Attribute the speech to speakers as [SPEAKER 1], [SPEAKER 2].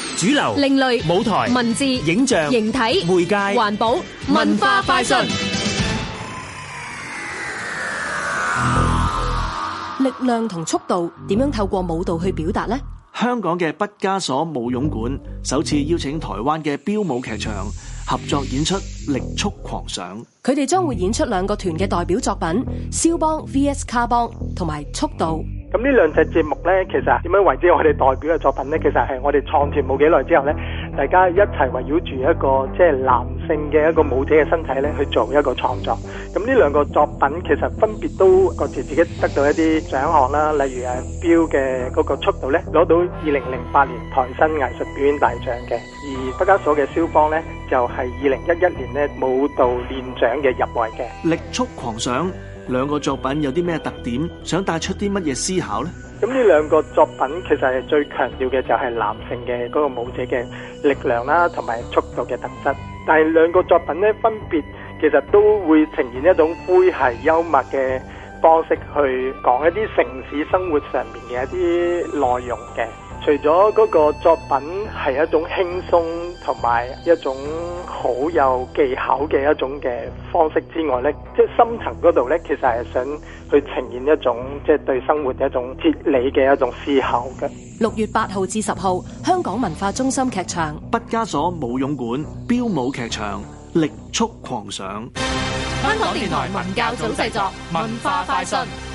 [SPEAKER 1] 主流、
[SPEAKER 2] 另類、
[SPEAKER 1] 舞台、
[SPEAKER 2] 文字、
[SPEAKER 1] 影像、
[SPEAKER 2] 形體、
[SPEAKER 1] 媒介、
[SPEAKER 2] 環保、文化快訊。力量同速度點樣透過舞蹈去表達呢？
[SPEAKER 3] 香港嘅畢加索舞踊館首次邀請台灣嘅標舞劇場合作演出《力速狂想》。
[SPEAKER 2] 佢哋將會演出兩個團嘅代表作品：肖邦 VS 卡邦同埋速度。
[SPEAKER 4] 咁呢兩隻節目呢，其實點樣為之我哋代表嘅作品呢？其實係我哋創團冇幾耐之後呢，大家一齊圍繞住一個即係男性嘅一個舞者嘅身體呢去做一個創作。咁呢兩個作品其實分別都各自自己得到一啲獎項啦，例如標嘅嗰個速度呢，攞到2008年台新藝術表演大獎嘅，而畢加索嘅肖邦呢，就係2011年呢舞蹈練獎嘅入圍嘅。
[SPEAKER 3] 力速狂想兩個作品有啲咩特點？想帶出啲乜嘢思考呢？
[SPEAKER 4] 咁呢兩個作品其實係最強調嘅就係男性嘅嗰個舞者嘅力量啦，同埋速度嘅特質。但係兩個作品呢，分別其實都會呈現一種詼諧幽默嘅方式去講一啲城市生活上面嘅一啲內容嘅。除咗嗰個作品係一種輕鬆同埋一種好有技巧嘅一種嘅方式之外呢，即係深層嗰度呢，其實係想去呈現一種即係對生活嘅一種哲理嘅一種思考嘅。
[SPEAKER 2] 6月8號至10號，香港文化中心劇場
[SPEAKER 3] 畢加索舞踊館標舞劇場力速狂想。
[SPEAKER 2] 香港電台文教組製作，文化快訊。